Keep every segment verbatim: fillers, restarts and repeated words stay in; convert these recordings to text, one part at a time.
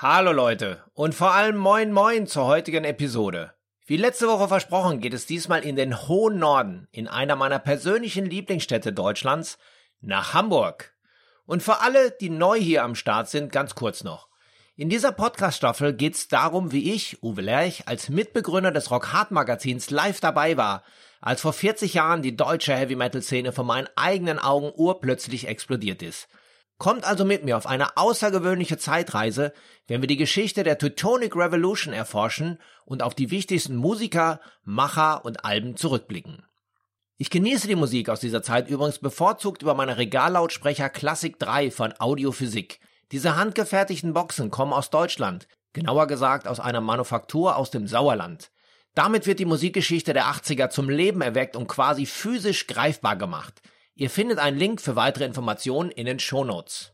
Hallo Leute und vor allem moin moin zur heutigen Episode. Wie letzte Woche versprochen geht es diesmal in den hohen Norden, in einer meiner persönlichen Lieblingsstädte Deutschlands, nach Hamburg. Und für alle, die neu hier am Start sind, ganz kurz noch. In dieser Podcast-Staffel geht es darum, wie ich, Uwe Lerch, als Mitbegründer des Rock-Hard-Magazins live dabei war, als vor vierzig Jahren die deutsche Heavy-Metal-Szene vor meinen eigenen Augen urplötzlich explodiert ist. Kommt also mit mir auf eine außergewöhnliche Zeitreise, wenn wir die Geschichte der Teutonic Revolution erforschen und auf die wichtigsten Musiker, Macher und Alben zurückblicken. Ich genieße die Musik aus dieser Zeit übrigens bevorzugt über meine Regallautsprecher Classic drei von Audiophysik. Diese handgefertigten Boxen kommen aus Deutschland, genauer gesagt aus einer Manufaktur aus dem Sauerland. Damit wird die Musikgeschichte der achtziger zum Leben erweckt und quasi physisch greifbar gemacht. Ihr findet einen Link für weitere Informationen in den Shownotes.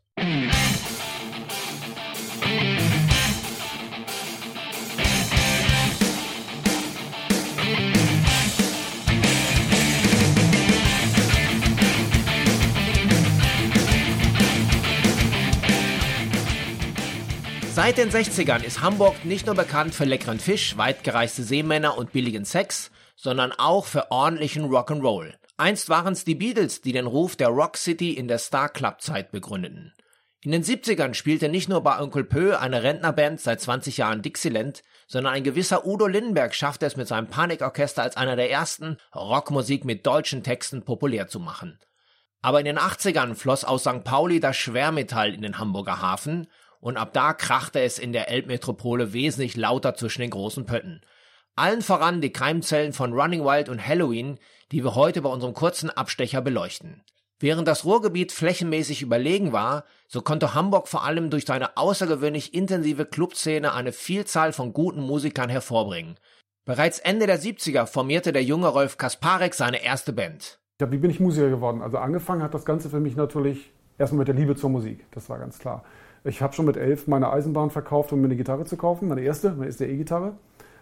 Seit den sechzigern ist Hamburg nicht nur bekannt für leckeren Fisch, weitgereiste Seemänner und billigen Sex, sondern auch für ordentlichen Rock'n'Roll. Einst waren es die Beatles, die den Ruf der Rock City in der Star Club-Zeit begründeten. In den siebzigern spielte nicht nur bei Onkel Pö eine Rentnerband seit zwanzig Jahren Dixieland, sondern ein gewisser Udo Lindenberg schaffte es mit seinem Panikorchester als einer der ersten, Rockmusik mit deutschen Texten populär zu machen. Aber in den achtzigern floss aus Sankt Pauli das Schwermetall in den Hamburger Hafen und ab da krachte es in der Elbmetropole wesentlich lauter zwischen den großen Pötten. Allen voran die Keimzellen von Running Wild und Halloween, die wir heute bei unserem kurzen Abstecher beleuchten. Während das Ruhrgebiet flächenmäßig überlegen war, so konnte Hamburg vor allem durch seine außergewöhnlich intensive Clubszene eine Vielzahl von guten Musikern hervorbringen. Bereits Ende der siebziger formierte der junge Rolf Kasparek seine erste Band. Ja, wie bin ich Musiker geworden? Also angefangen hat das Ganze für mich natürlich erstmal mit der Liebe zur Musik, das war ganz klar. Ich habe schon mit elf meine Eisenbahn verkauft, um mir eine Gitarre zu kaufen, meine erste, meine erste E-Gitarre.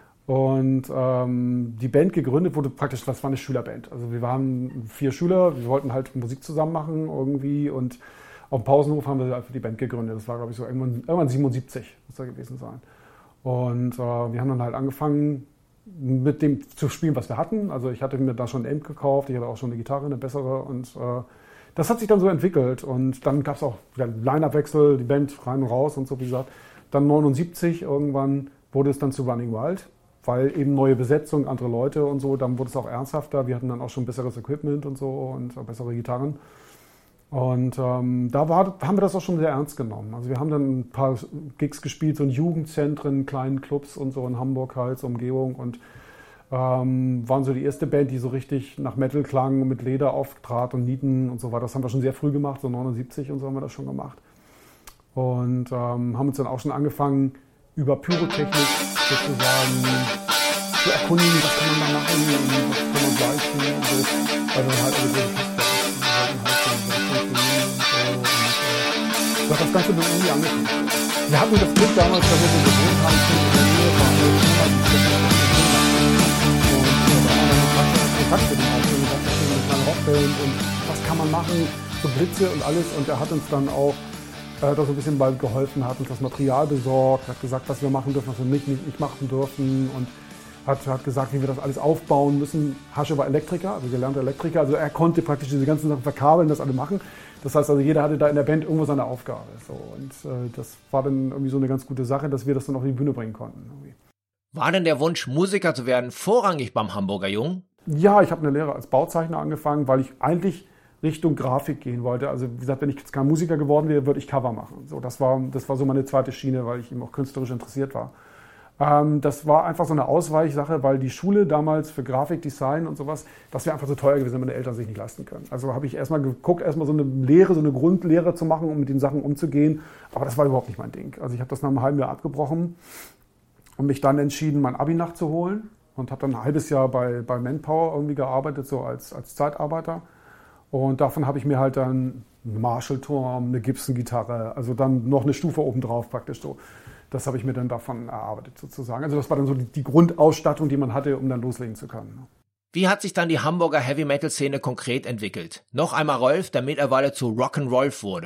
Und ähm, die Band gegründet wurde praktisch, das war eine Schülerband. Also wir waren vier Schüler, wir wollten halt Musik zusammen machen irgendwie und auf dem Pausenhof haben wir einfach die Band gegründet. Das war, glaube ich, so irgendwann, irgendwann siebenundsiebzig, muss da gewesen sein. Und äh, wir haben dann halt angefangen, mit dem zu spielen, was wir hatten. Also ich hatte mir da schon ein Amp gekauft, ich hatte auch schon eine Gitarre, eine bessere und äh, das hat sich dann so entwickelt. Und dann gab es auch wieder einen Line-Up-Wechsel, die Band rein und raus und so, wie gesagt. Dann neunundsiebzig irgendwann wurde es dann zu Running Wild. Weil eben neue Besetzung, andere Leute und so, dann wurde es auch ernsthafter. Wir hatten dann auch schon besseres Equipment und so und bessere Gitarren. Und ähm, da war, haben wir das auch schon sehr ernst genommen. Also wir haben dann ein paar Gigs gespielt, so in Jugendzentren, kleinen Clubs und so in Hamburg halt, so Umgebung. Und ähm, waren so die erste Band, die so richtig nach Metal klang, mit Leder auftrat und Nieten und so weiter. Das haben wir schon sehr früh gemacht, so neunundsiebzig und so haben wir das schon gemacht. Und ähm, haben uns dann auch schon angefangen, über Pyrotechnik sozusagen zu erkundigen, was kann man da machen und was kann man gleichen und so. Weil wir halt alle so so hat das Ganze dann irgendwie angefangen. Wir hatten das Glück damals, da wo wir gewohnt haben, in der Nähe waren wir und da haben wir Kontakt mit dem Auto gesagt, das ist eine kleine Rockband und was kann man machen, so Blitze und alles. Und er hat uns dann auch da so ein bisschen bei geholfen, hat uns das Material besorgt, hat gesagt, was wir machen dürfen, was wir nicht, nicht, nicht machen dürfen und hat, hat gesagt, wie wir das alles aufbauen müssen. Hasche war Elektriker, also gelernter Elektriker, also er konnte praktisch diese ganzen Sachen verkabeln, das alle machen. Das heißt also, jeder hatte da in der Band irgendwo seine Aufgabe. So. Und äh, das war dann irgendwie so eine ganz gute Sache, dass wir das dann auf die Bühne bringen konnten. Irgendwie. War denn der Wunsch, Musiker zu werden, vorrangig beim Hamburger Jungen? Ja, ich habe eine Lehre als Bauzeichner angefangen, weil ich eigentlich Richtung Grafik gehen wollte. Also wie gesagt, wenn ich jetzt kein Musiker geworden wäre, würde ich Cover machen. So, das war, das war so meine zweite Schiene, weil ich eben auch künstlerisch interessiert war. Ähm, das war einfach so eine Ausweichsache, weil die Schule damals für Grafikdesign und sowas, das wäre einfach so teuer gewesen, wenn meine Eltern sich nicht leisten können. Also habe ich erstmal geguckt, erstmal so eine Lehre, so eine Grundlehre zu machen, um mit den Sachen umzugehen. Aber das war überhaupt nicht mein Ding. Also ich habe das nach einem halben Jahr abgebrochen und mich dann entschieden, mein Abi nachzuholen und habe dann ein halbes Jahr bei, bei Manpower irgendwie gearbeitet, so als, als Zeitarbeiter. Und davon habe ich mir halt dann einen Marshall-Turm, eine Gibson-Gitarre, also dann noch eine Stufe obendrauf praktisch so. Das habe ich mir dann davon erarbeitet sozusagen. Also das war dann so die, die Grundausstattung, die man hatte, um dann loslegen zu können. Wie hat sich dann die Hamburger Heavy-Metal-Szene konkret entwickelt? Noch einmal Rolf, der mittlerweile zu Rock'n'Rolf wurde.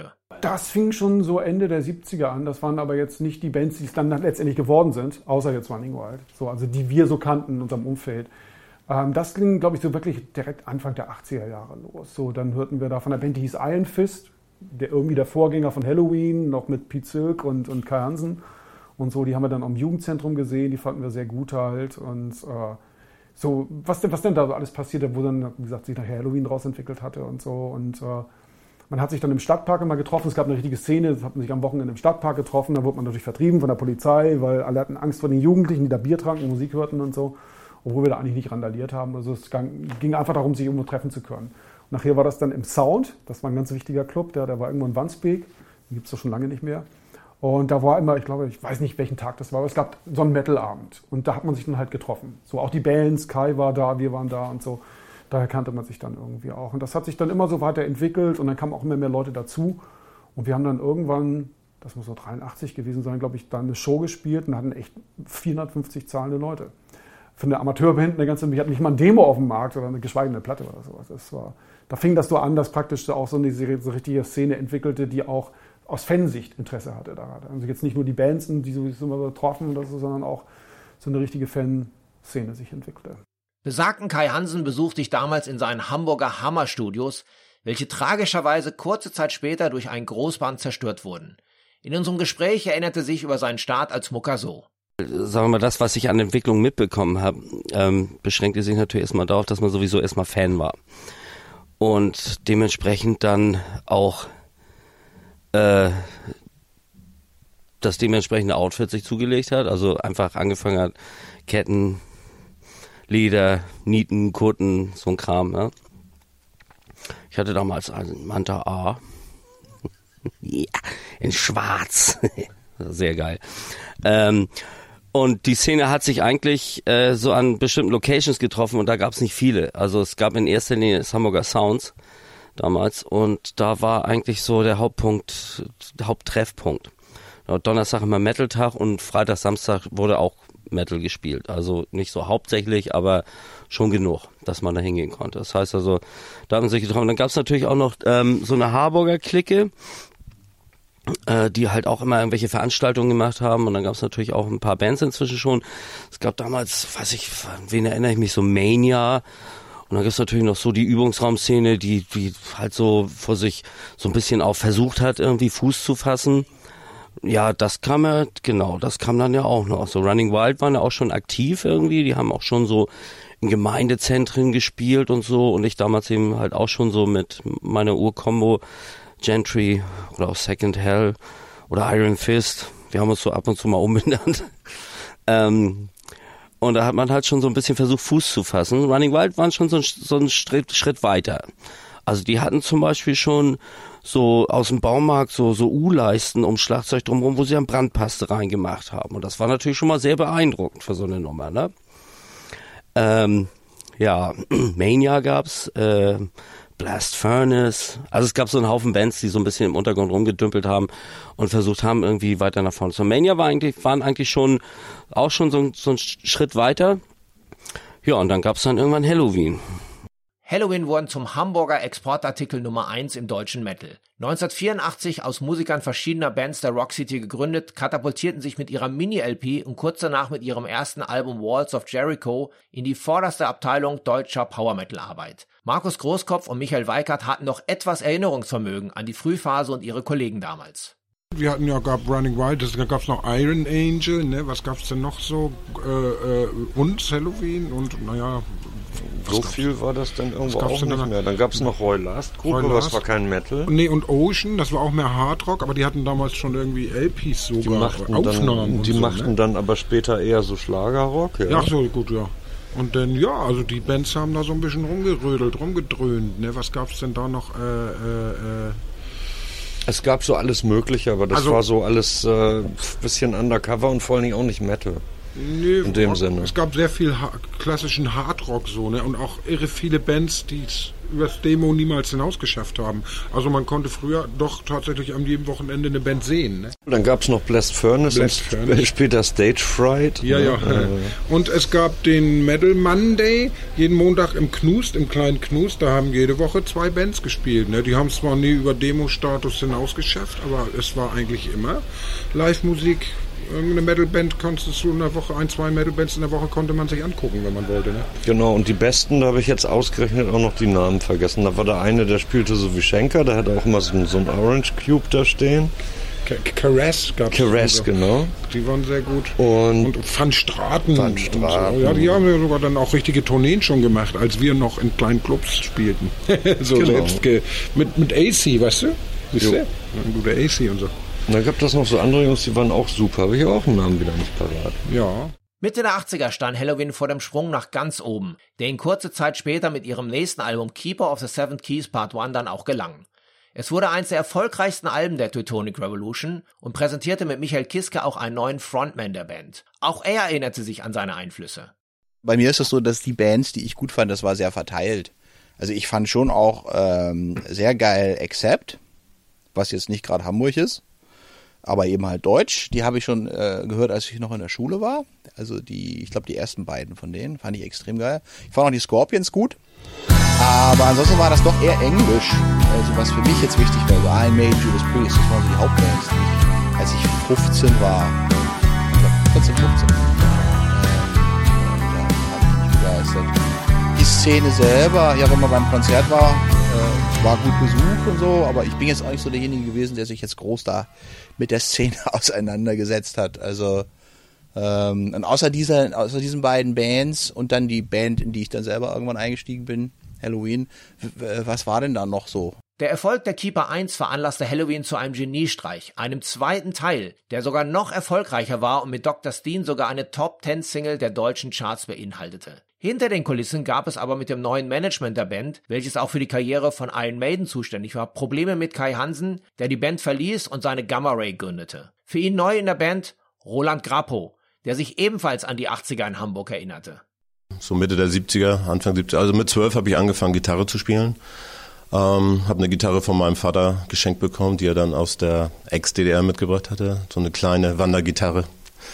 Das fing schon so Ende der siebziger an. Das waren aber jetzt nicht die Bands, die es dann letztendlich geworden sind, außer jetzt Running Wild. So, also die wir so kannten in unserem Umfeld. Ähm, das ging, glaube ich, so wirklich direkt Anfang der achtziger Jahre los. So, dann hörten wir da von einer Band, die hieß Iron Fist, der irgendwie der Vorgänger von Halloween, noch mit Pete Silk und, und Kai Hansen und so. Die haben wir dann am Jugendzentrum gesehen, die fanden wir sehr gut halt. Und äh, so, was denn, was denn da so alles passierte, wo dann, wie gesagt, sich nachher Halloween draus entwickelt hatte und so. Und äh, man hat sich dann im Stadtpark immer getroffen. Es gab eine richtige Szene, das hat man sich am Wochenende im Stadtpark getroffen. Da wurde man natürlich vertrieben von der Polizei, weil alle hatten Angst vor den Jugendlichen, die da Bier tranken, Musik hörten und so. Obwohl wir da eigentlich nicht randaliert haben. Also es ging einfach darum, sich irgendwo treffen zu können. Und nachher war das dann im Sound. Das war ein ganz wichtiger Club. Der, der war irgendwo in Wandsbek. Den gibt es doch schon lange nicht mehr. Und da war immer, ich glaube, ich weiß nicht, welchen Tag das war, aber es gab so einen Metal-Abend. Und da hat man sich dann halt getroffen. So auch die Bands, Kai war da, wir waren da und so. Daher kannte man sich dann irgendwie auch. Und das hat sich dann immer so weiterentwickelt und dann kamen auch immer mehr Leute dazu. Und wir haben dann irgendwann, das muss so dreiundachtzig gewesen sein, glaube ich, dann eine Show gespielt und hatten echt vierhundertfünfzig zahlende Leute. Für eine Amateurband, eine ganze, ich hatte nicht mal ein Demo auf dem Markt oder eine geschweige eine Platte oder sowas. Das war, da fing das so an, dass praktisch auch so eine so richtige Szene entwickelte, die auch aus Fansicht Interesse hatte daran. Also jetzt nicht nur die Bands, die so immer getroffen oder so, sondern auch so eine richtige Fanszene sich entwickelte. Besagten Kai Hansen besuchte ich damals in seinen Hamburger Hammerstudios, welche tragischerweise kurze Zeit später durch einen Großbrand zerstört wurden. In unserem Gespräch erinnerte sich über seinen Start als Mucker so. Sagen wir mal, das, was ich an Entwicklung mitbekommen habe, ähm, beschränkte sich natürlich erstmal darauf, dass man sowieso erstmal Fan war. Und dementsprechend dann auch äh, das dementsprechende Outfit sich zugelegt hat. Also einfach angefangen hat, Ketten, Leder, Nieten, Kurten, so ein Kram. Ja. Ich hatte damals einen Manta A. Ja, in schwarz. Sehr geil. Ähm, und die Szene hat sich eigentlich äh, so an bestimmten Locations getroffen und da gab es nicht viele. Also es gab in erster Linie das Hamburger Sounds damals und da war eigentlich so der Hauptpunkt, der Haupttreffpunkt. Donnerstag immer Metal-Tag und Freitag, Samstag wurde auch Metal gespielt. Also nicht so hauptsächlich, aber schon genug, dass man da hingehen konnte. Das heißt also, da haben sie sich getroffen. Dann gab es natürlich auch noch ähm, so eine Harburger Clique, äh, die halt auch immer irgendwelche Veranstaltungen gemacht haben. Und dann gab es natürlich auch ein paar Bands inzwischen schon. Es gab damals, weiß ich, an wen erinnere ich mich, so Mania. Und dann gibt es natürlich noch so die Übungsraumszene, die, die halt so vor sich so ein bisschen auch versucht hat, irgendwie Fuß zu fassen. Ja, das kam ja, genau, das kam dann ja auch noch. So Running Wild waren ja auch schon aktiv irgendwie, die haben auch schon so in Gemeindezentren gespielt und so und ich damals eben halt auch schon so mit meiner Urkombo Gentry oder auch Second Hell oder Iron Fist. Wir haben uns so ab und zu mal umbenannt. ähm, und da hat man halt schon so ein bisschen versucht, Fuß zu fassen. Running Wild waren schon so ein, so ein Schritt, Schritt weiter. Also die hatten zum Beispiel schon so aus dem Baumarkt so so U-Leisten um Schlagzeug drumherum, wo sie dann Brandpaste reingemacht haben. Und das war natürlich schon mal sehr beeindruckend für so eine Nummer, ne? Ähm, ja, Mania gab's, äh, Blast Furnace. Also es gab so einen Haufen Bands, die so ein bisschen im Untergrund rumgedümpelt haben und versucht haben, irgendwie weiter nach vorne zu. Mania war eigentlich, waren eigentlich schon auch schon so, so ein Schritt weiter. Ja, und dann gab's dann irgendwann Halloween. Halloween wurden zum Hamburger Exportartikel Nummer eins im deutschen Metal. neunzehnhundertvierundachtzig aus Musikern verschiedener Bands der Rock City gegründet, katapultierten sich mit ihrer Mini-L P und kurz danach mit ihrem ersten Album Walls of Jericho in die vorderste Abteilung deutscher Power-Metal-Arbeit. Markus Großkopf und Michael Weikert hatten noch etwas Erinnerungsvermögen an die Frühphase und ihre Kollegen damals. Wir hatten ja, gab Running Wild, da gab es noch Iron Angel, ne? Was gab es denn noch so? Äh, äh, und Halloween und naja... So viel war das dann irgendwo auch nicht dann mehr. Dann gab es noch Roy Last Group, aber das war kein Metal. Nee, und Ocean, das war auch mehr Hardrock, aber die hatten damals schon irgendwie L Ps sogar, die machten Aufnahmen dann, und Die so, machten ne? dann aber später eher so Schlagerrock. Ja. Ach so, gut, ja. Und dann, ja, also die Bands haben da so ein bisschen rumgerödelt, rumgedröhnt, ne? Was gab's denn da noch, äh, äh, äh Es gab so alles Mögliche, aber das also, war so alles äh, bisschen undercover und vor allen Dingen auch nicht Metal. Nee, in dem Rock, Sinne. Es gab sehr viel ha- klassischen Hardrock so, ne? Und auch irre viele Bands, die es übers Demo niemals hinaus geschafft haben. Also man konnte früher doch tatsächlich an jedem Wochenende eine Band sehen. Ne? Dann gab es noch Blessed Furnace Blessed und Furnace. später Stage Fright. Ja, ne? ja. Äh, Und es gab den Metal Monday, jeden Montag im Knust, im kleinen Knust. Da haben jede Woche zwei Bands gespielt. Ne? Die haben es zwar nie über Demo-Status hinaus geschafft, aber es war eigentlich immer Live-Musik. Irgendeine Metal-Band konntest du in der Woche, ein, zwei Metal-Bands in der Woche konnte man sich angucken, wenn man wollte. Ne? Genau, und die besten, da habe ich jetzt ausgerechnet auch noch die Namen vergessen. Da war der eine, der spielte so wie Schenker, der hatte auch immer so, so ein Orange Cube da stehen. Caress gab es. Caress, also. genau. Die waren sehr gut. Und, Und Van Straten. Van Straten. Und so. Ja, die haben ja sogar dann auch richtige Tourneen schon gemacht, als wir noch in kleinen Clubs spielten. so Genau. selbst ge- mit, mit A C, weißt du? Siehst du? Ein guter A C und so. da gab es noch so andere Jungs, die waren auch super. Habe ich auch einen Namen wieder nicht parat. Ja. Mitte der achtziger stand Helloween vor dem Sprung nach ganz oben, der ihnen kurze Zeit später mit ihrem nächsten Album Keeper of the Seven Keys Part eins dann auch gelang. Es wurde eines der erfolgreichsten Alben der Teutonic Revolution und präsentierte mit Michael Kiske auch einen neuen Frontman der Band. Auch er erinnerte sich an seine Einflüsse. Bei mir ist es so, dass die Bands, die ich gut fand, das war sehr verteilt. Also ich fand schon auch ähm, sehr geil Accept, was jetzt nicht gerade Hamburg ist, aber eben halt Deutsch. Die habe ich schon äh, gehört, als ich noch in der Schule war. Also die, ich glaube die ersten beiden von denen fand ich extrem geil. Ich fand auch die Scorpions gut, aber ansonsten war das doch eher Englisch. Also was für mich jetzt wichtig war, so Iron Maiden, Judas Priest, das waren so die Hauptbands, die ich, als ich fünfzehn war, ich glaube vierzehn, fünfzehn, die Szene selber, ja, wenn man beim Konzert war, äh, war gut besucht und so, aber ich bin jetzt auch nicht so derjenige gewesen, der sich jetzt groß da mit der Szene auseinandergesetzt hat. Also ähm, und außer dieser, außer diesen beiden Bands und dann die Band, in die ich dann selber irgendwann eingestiegen bin, Helloween, w- was war denn da noch so? Der Erfolg der Keeper eins veranlasste Helloween zu einem Geniestreich, einem zweiten Teil, der sogar noch erfolgreicher war und mit Doktor Steen sogar eine Top-Ten-Single der deutschen Charts beinhaltete. Hinter den Kulissen gab es aber mit dem neuen Management der Band, welches auch für die Karriere von Iron Maiden zuständig war, Probleme mit Kai Hansen, der die Band verließ und seine Gamma Ray gründete. Für ihn neu in der Band Roland Grappo, der sich ebenfalls an die achtziger in Hamburg erinnerte. So Mitte der siebziger, Anfang siebziger, also mit zwölf habe ich angefangen, Gitarre zu spielen. Ähm, habe eine Gitarre von meinem Vater geschenkt bekommen, die er dann aus der Ex-D D R mitgebracht hatte. So eine kleine Wandergitarre.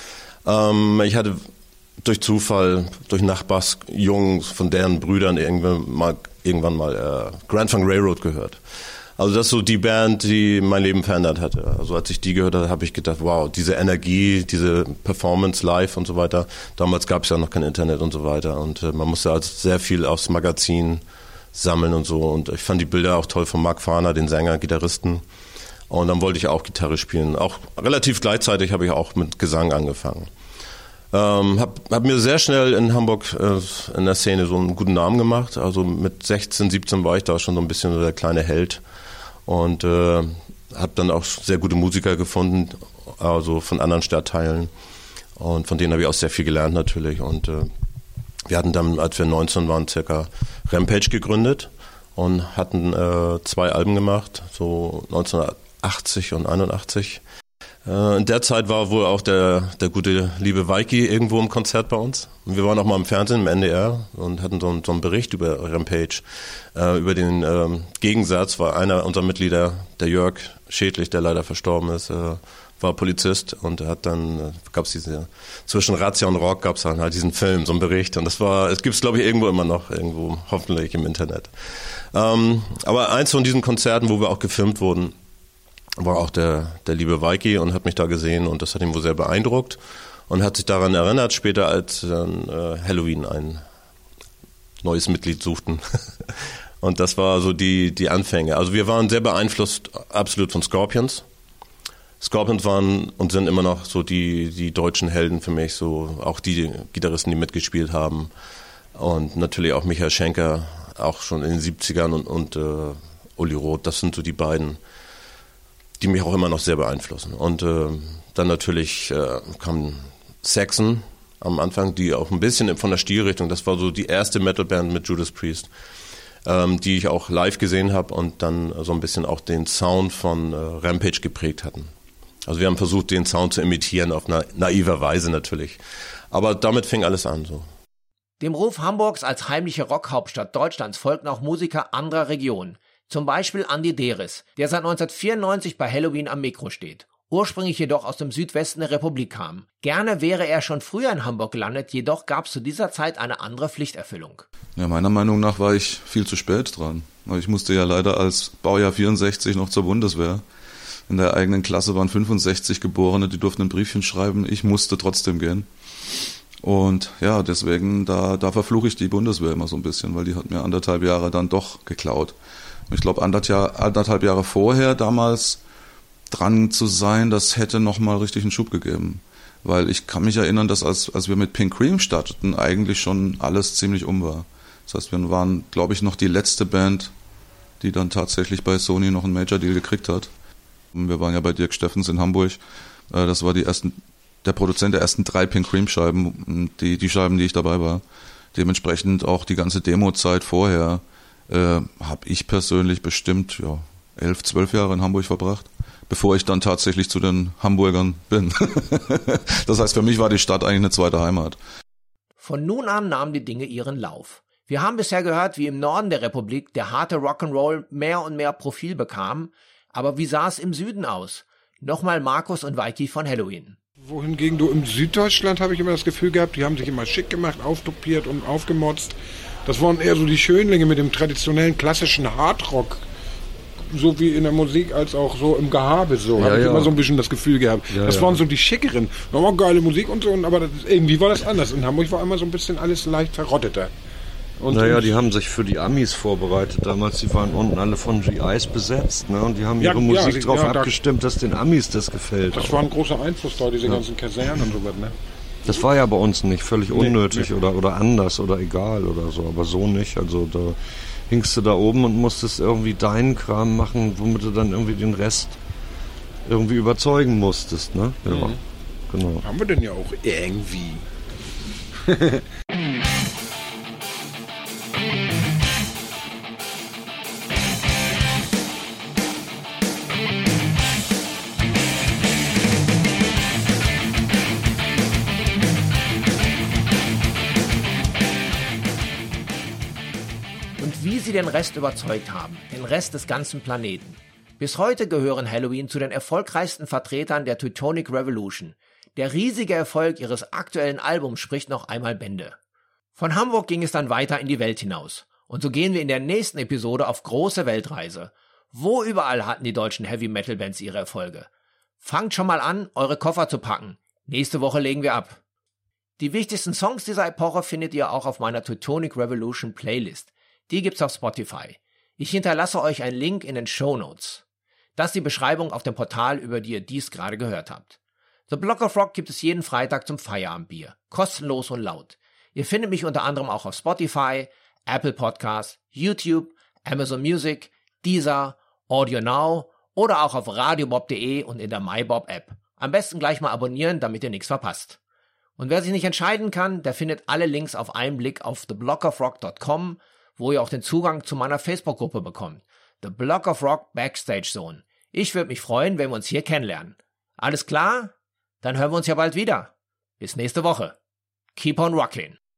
Ähm, ich hatte durch Zufall, durch Nachbarsjungs von deren Brüdern irgendwann mal, irgendwann mal äh, Grand Funk Railroad gehört. Also das ist so die Band, die mein Leben verändert hatte. Also als ich die gehört habe, habe ich gedacht, wow, diese Energie, diese Performance live und so weiter. Damals gab es ja noch kein Internet und so weiter. Und äh, man musste also sehr viel aufs Magazin sammeln und so. Und ich fand die Bilder auch toll von Mark Farner, den Sänger, Gitarristen. Und dann wollte ich auch Gitarre spielen. Auch relativ gleichzeitig habe ich auch mit Gesang angefangen. Ähm, hab, hab mir sehr schnell in Hamburg äh, in der Szene so einen guten Namen gemacht. Also mit sechzehn, siebzehn war ich da schon so ein bisschen so der kleine Held. Und äh, habe dann auch sehr gute Musiker gefunden, also von anderen Stadtteilen. Und von denen habe ich auch sehr viel gelernt natürlich. Und äh, wir hatten dann, als wir neunzehn waren, circa Rampage gegründet und hatten äh, zwei Alben gemacht, so neunzehnhundertachtzig und einundachtzig. Äh, in der Zeit war wohl auch der, der gute liebe Weiki irgendwo im Konzert bei uns. Und wir waren auch mal im Fernsehen, im N D R und hatten so, so einen Bericht über Rampage, äh, über den ähm, Gegensatz, war einer unserer Mitglieder, der Jörg Schädlich, der leider verstorben ist, äh, war Polizist und hat dann, äh, gab es diese, zwischen Razzia und Rock gab es dann halt diesen Film, so einen Bericht und das war, es gibt es glaube ich irgendwo immer noch, irgendwo hoffentlich im Internet. Ähm, aber eins von diesen Konzerten, wo wir auch gefilmt wurden, war auch der, der liebe Weiki und hat mich da gesehen und das hat ihn wohl sehr beeindruckt und hat sich daran erinnert, später als dann äh, Helloween ein neues Mitglied suchten. Und das war so die, die Anfänge. Also wir waren sehr beeinflusst absolut von Scorpions. Scorpions waren und sind immer noch so die, die deutschen Helden für mich, so auch die Gitarristen, die mitgespielt haben. Und natürlich auch Michael Schenker, auch schon in den siebzigern und, und äh, Uli Roth, das sind so die beiden, die mich auch immer noch sehr beeinflussen. Und äh, dann natürlich äh, kam Saxon am Anfang, die auch ein bisschen von der Stilrichtung, das war so die erste Metalband mit Judas Priest, ähm, die ich auch live gesehen habe und dann so ein bisschen auch den Sound von äh, Rampage geprägt hatten. Also wir haben versucht, den Sound zu imitieren, auf eine naive Weise natürlich. Aber damit fing alles an so. Dem Ruf Hamburgs als heimliche Rockhauptstadt Deutschlands folgten auch Musiker anderer Regionen. Zum Beispiel Andi Deris, der seit neunzehnhundertvierundneunzig bei Halloween am Mikro steht. Ursprünglich jedoch aus dem Südwesten der Republik kam. Gerne wäre er schon früher in Hamburg gelandet, jedoch gab es zu dieser Zeit eine andere Pflichterfüllung. Ja, meiner Meinung nach war ich viel zu spät dran. Ich musste ja leider als Baujahr vierundsechzig noch zur Bundeswehr. In der eigenen Klasse waren fünfundsechzig Geborene, die durften ein Briefchen schreiben. Ich musste trotzdem gehen. Und ja, deswegen, da, da verfluche ich die Bundeswehr immer so ein bisschen, weil die hat mir anderthalb Jahre dann doch geklaut. Und ich glaube, anderthalb, anderthalb Jahre vorher damals dran zu sein, das hätte nochmal richtig einen Schub gegeben. Weil ich kann mich erinnern, dass als, als wir mit Pink Cream starteten, eigentlich schon alles ziemlich um war. Das heißt, wir waren, glaube ich, noch die letzte Band, die dann tatsächlich bei Sony noch einen Major Deal gekriegt hat. Und wir waren ja bei Dirk Steffens in Hamburg. Das war die ersten, der Produzent der ersten drei Pink Cream Scheiben, die, die Scheiben, die ich dabei war. Dementsprechend auch die ganze Demo-Zeit vorher äh, habe ich persönlich bestimmt ja, elf, zwölf Jahre in Hamburg verbracht, bevor ich dann tatsächlich zu den Hamburgern bin. Das heißt, für mich war die Stadt eigentlich eine zweite Heimat. Von nun an nahmen die Dinge ihren Lauf. Wir haben bisher gehört, wie im Norden der Republik der harte Rock'n'Roll mehr und mehr Profil bekam. Aber wie sah es im Süden aus? Nochmal Markus und Weiki von Halloween. Wohingegen du im Süddeutschland, habe ich immer das Gefühl gehabt, die haben sich immer schick gemacht, auftopiert und aufgemotzt. Das waren eher so die Schönlinge mit dem traditionellen klassischen Hardrock, so wie in der Musik als auch so im Gehabe so. Ja, habe ich ja. immer so ein bisschen das Gefühl gehabt. Ja, das ja. waren so die schickeren. Nochmal geile Musik und so, aber das, irgendwie war das anders. In Hamburg war immer so ein bisschen alles leicht verrotteter. Und naja, die haben sich für die Amis vorbereitet damals. Die waren unten alle von G Is besetzt, ne? Und die haben ja, ihre Musik ja, darauf ja, abgestimmt, dass den Amis das gefällt. Das war ein großer Einfluss da, diese ja. ganzen Kasernen und so was, ne? Das war ja bei uns nicht völlig unnötig nee, nee. Oder, oder anders oder egal oder so, aber so nicht. Also da hingst du da oben und musstest irgendwie deinen Kram machen, womit du dann irgendwie den Rest irgendwie überzeugen musstest, ne? Ja, mhm. genau. Haben wir denn ja auch irgendwie. Wie sie den Rest überzeugt haben, den Rest des ganzen Planeten. Bis heute gehören Halloween zu den erfolgreichsten Vertretern der Teutonic Revolution. Der riesige Erfolg ihres aktuellen Albums spricht noch einmal Bände. Von Hamburg ging es dann weiter in die Welt hinaus. Und so gehen wir in der nächsten Episode auf große Weltreise. Wo überall hatten die deutschen Heavy-Metal-Bands ihre Erfolge? Fangt schon mal an, eure Koffer zu packen. Nächste Woche legen wir ab. Die wichtigsten Songs dieser Epoche findet ihr auch auf meiner Teutonic Revolution Playlist. Die gibt's auf Spotify. Ich hinterlasse euch einen Link in den Shownotes. Das ist die Beschreibung auf dem Portal, über die ihr dies gerade gehört habt. The Block of Rock gibt es jeden Freitag zum Feierabendbier. Kostenlos und laut. Ihr findet mich unter anderem auch auf Spotify, Apple Podcasts, YouTube, Amazon Music, Deezer, Audio Now oder auch auf radiobob punkt de und in der MyBob App. Am besten gleich mal abonnieren, damit ihr nichts verpasst. Und wer sich nicht entscheiden kann, der findet alle Links auf einen Blick auf the block of rock dot com, wo ihr auch den Zugang zu meiner Facebook-Gruppe bekommt. The Block of Rock Backstage Zone. Ich würde mich freuen, wenn wir uns hier kennenlernen. Alles klar? Dann hören wir uns ja bald wieder. Bis nächste Woche. Keep on rockin'.